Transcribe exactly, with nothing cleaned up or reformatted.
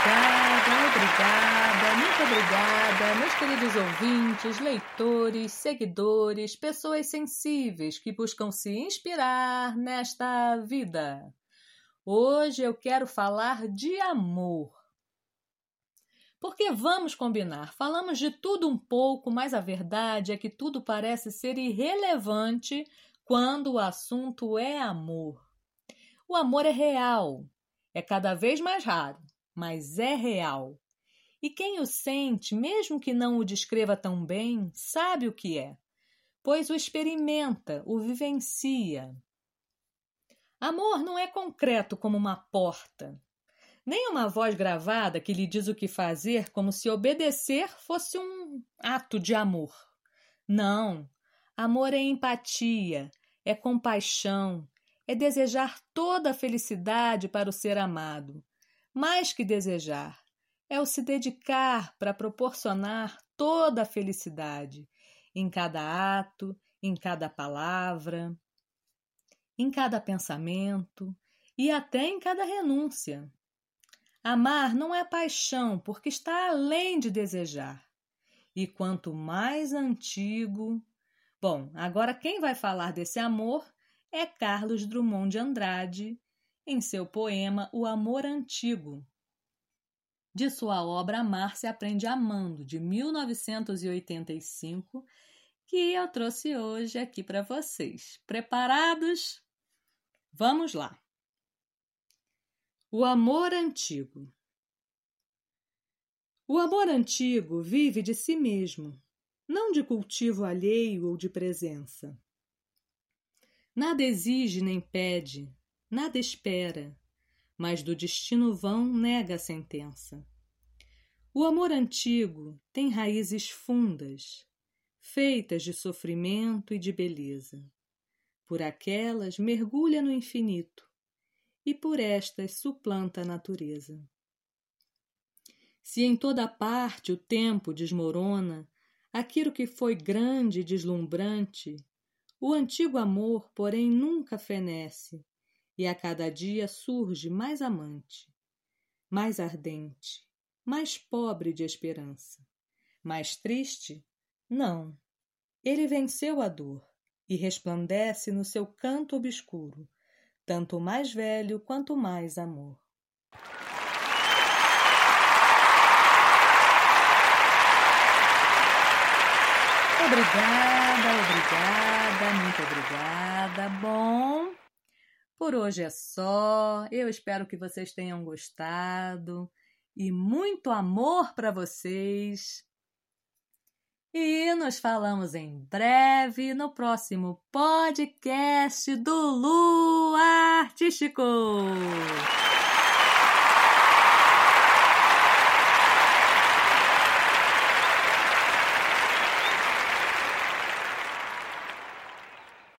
Obrigada, obrigada, muito obrigada, meus queridos ouvintes, leitores, seguidores, pessoas sensíveis que buscam se inspirar nesta vida. Hoje eu quero falar de amor. Porque vamos combinar, falamos de tudo um pouco, mas a verdade é que tudo parece ser irrelevante quando o assunto é amor. O amor é real, é cada vez mais raro, mas é real. E quem o sente, mesmo que não o descreva tão bem, sabe o que é, pois o experimenta, o vivencia. Amor não é concreto como uma porta, nem uma voz gravada que lhe diz o que fazer como se obedecer fosse um ato de amor. Não, amor é empatia, é compaixão, é desejar toda a felicidade para o ser amado. Mais que desejar, é o se dedicar para proporcionar toda a felicidade, em cada ato, em cada palavra, em cada pensamento e até em cada renúncia. Amar não é paixão, porque está além de desejar. E quanto mais antigo... Bom, agora quem vai falar desse amor é Carlos Drummond de Andrade, em seu poema O Amor Antigo, de sua obra Amar se Aprende Amando, de mil novecentos e oitenta e cinco, que eu trouxe hoje aqui para vocês. Preparados? Vamos lá! O amor antigo. O amor antigo vive de si mesmo, não de cultivo alheio ou de presença. Nada exige nem pede, nada espera, mas do destino vão nega a sentença. O amor antigo tem raízes fundas, feitas de sofrimento e de beleza. Por aquelas mergulha no infinito, e por estas suplanta a natureza. Se em toda parte o tempo desmorona aquilo que foi grande e deslumbrante, o antigo amor, porém, nunca fenece, e a cada dia surge mais amante, mais ardente, mais pobre de esperança. Mais triste? Não. Ele venceu a dor e resplandece no seu canto obscuro, tanto mais velho quanto mais amor. Obrigada, obrigada, muito obrigada. Bom, por hoje é só. Eu espero que vocês tenham gostado e muito amor para vocês. E nos falamos em breve no próximo podcast do Lu Artístico.